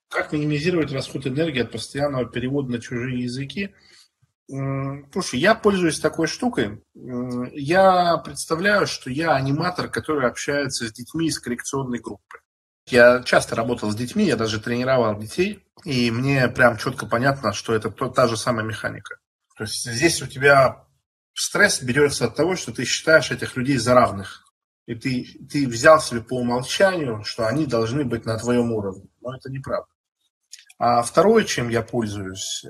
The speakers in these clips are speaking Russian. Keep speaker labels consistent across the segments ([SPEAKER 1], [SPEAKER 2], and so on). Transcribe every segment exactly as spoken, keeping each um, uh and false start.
[SPEAKER 1] Как минимизировать расход энергии от постоянного перевода на чужие языки? Слушай, я пользуюсь такой штукой. Я представляю, что я аниматор, который общается с детьми из коррекционной группы. Я часто работал с детьми, я даже тренировал детей, и мне прям четко понятно, что это та же самая механика. То есть здесь у тебя стресс берется от того, что ты считаешь этих людей за равных. И ты, ты взял себе по умолчанию, что они должны быть на твоем уровне. Но это неправда. А второе, чем я пользуюсь,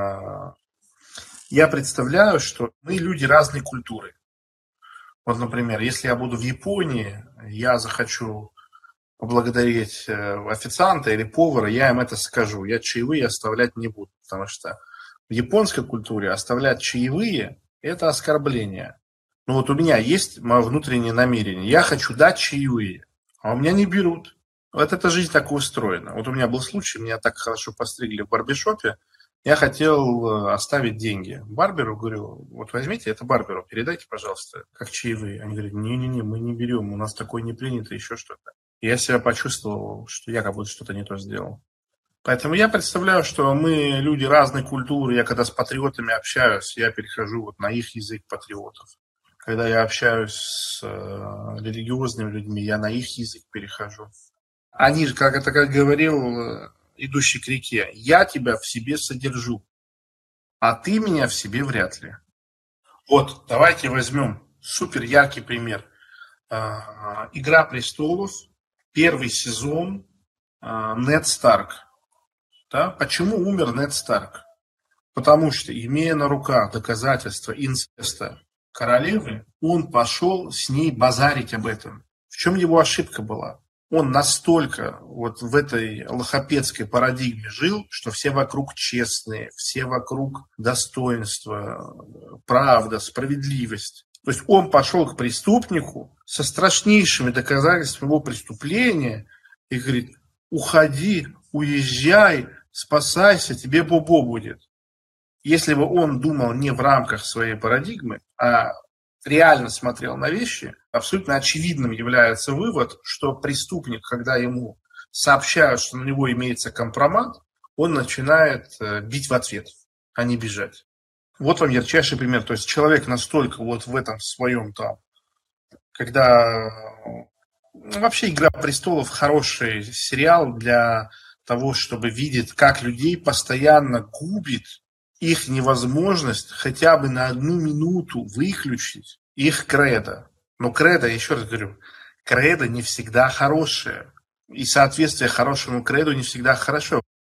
[SPEAKER 1] я представляю, что мы люди разной культуры. Вот, например, если я буду в Японии, я захочу поблагодарить официанта или повара, я им это скажу. Я чаевые оставлять не буду, потому что в японской культуре оставлять чаевые – это оскорбление. Ну вот у меня есть мое внутреннее намерение. Я хочу дать чаевые, а у меня не берут. Вот эта жизнь так устроена. Вот у меня был случай, меня так хорошо постригли в барбершопе, я хотел оставить деньги барберу, говорю, вот возьмите это барберу, передайте, пожалуйста, как чаевые. Они говорят, не-не-не, мы не берем, у нас такое не принято, еще что-то. И я себя почувствовал, что я как будто что-то не то сделал. Поэтому я представляю, что мы люди разной культуры. Я когда с патриотами общаюсь, я перехожу вот на их язык патриотов. Когда я общаюсь с э, религиозными людьми, я на их язык перехожу. Они же, как это как говорил идущий к реке, я тебя в себе содержу, а ты меня в себе вряд ли. Вот, давайте возьмем супер яркий пример. «Игра престолов», первый сезон, Нед Старк. Да? Почему умер Нед Старк? Потому что, имея на руках доказательства инцеста королевы, он пошел с ней базарить об этом. В чем его ошибка была? Он настолько вот в этой лохапедской парадигме жил, что все вокруг честные, все вокруг достоинство, правда, справедливость. То есть он пошел к преступнику со страшнейшими доказательствами его преступления и говорит, уходи, уезжай, спасайся, тебе бобо будет. Если бы он думал не в рамках своей парадигмы, а реально смотрел на вещи, абсолютно очевидным является вывод, что преступник, когда ему сообщают, что на него имеется компромат, он начинает бить в ответ, а не бежать. Вот вам ярчайший пример. То есть человек настолько вот в этом своем там, когда... Ну, вообще «Игра престолов» хороший сериал для того, чтобы видеть, как людей постоянно губит их невозможность хотя бы на одну минуту выключить их кредо. Но кредо, еще раз говорю, кредо не всегда хорошее. И соответствие хорошему кредо не всегда хорошо.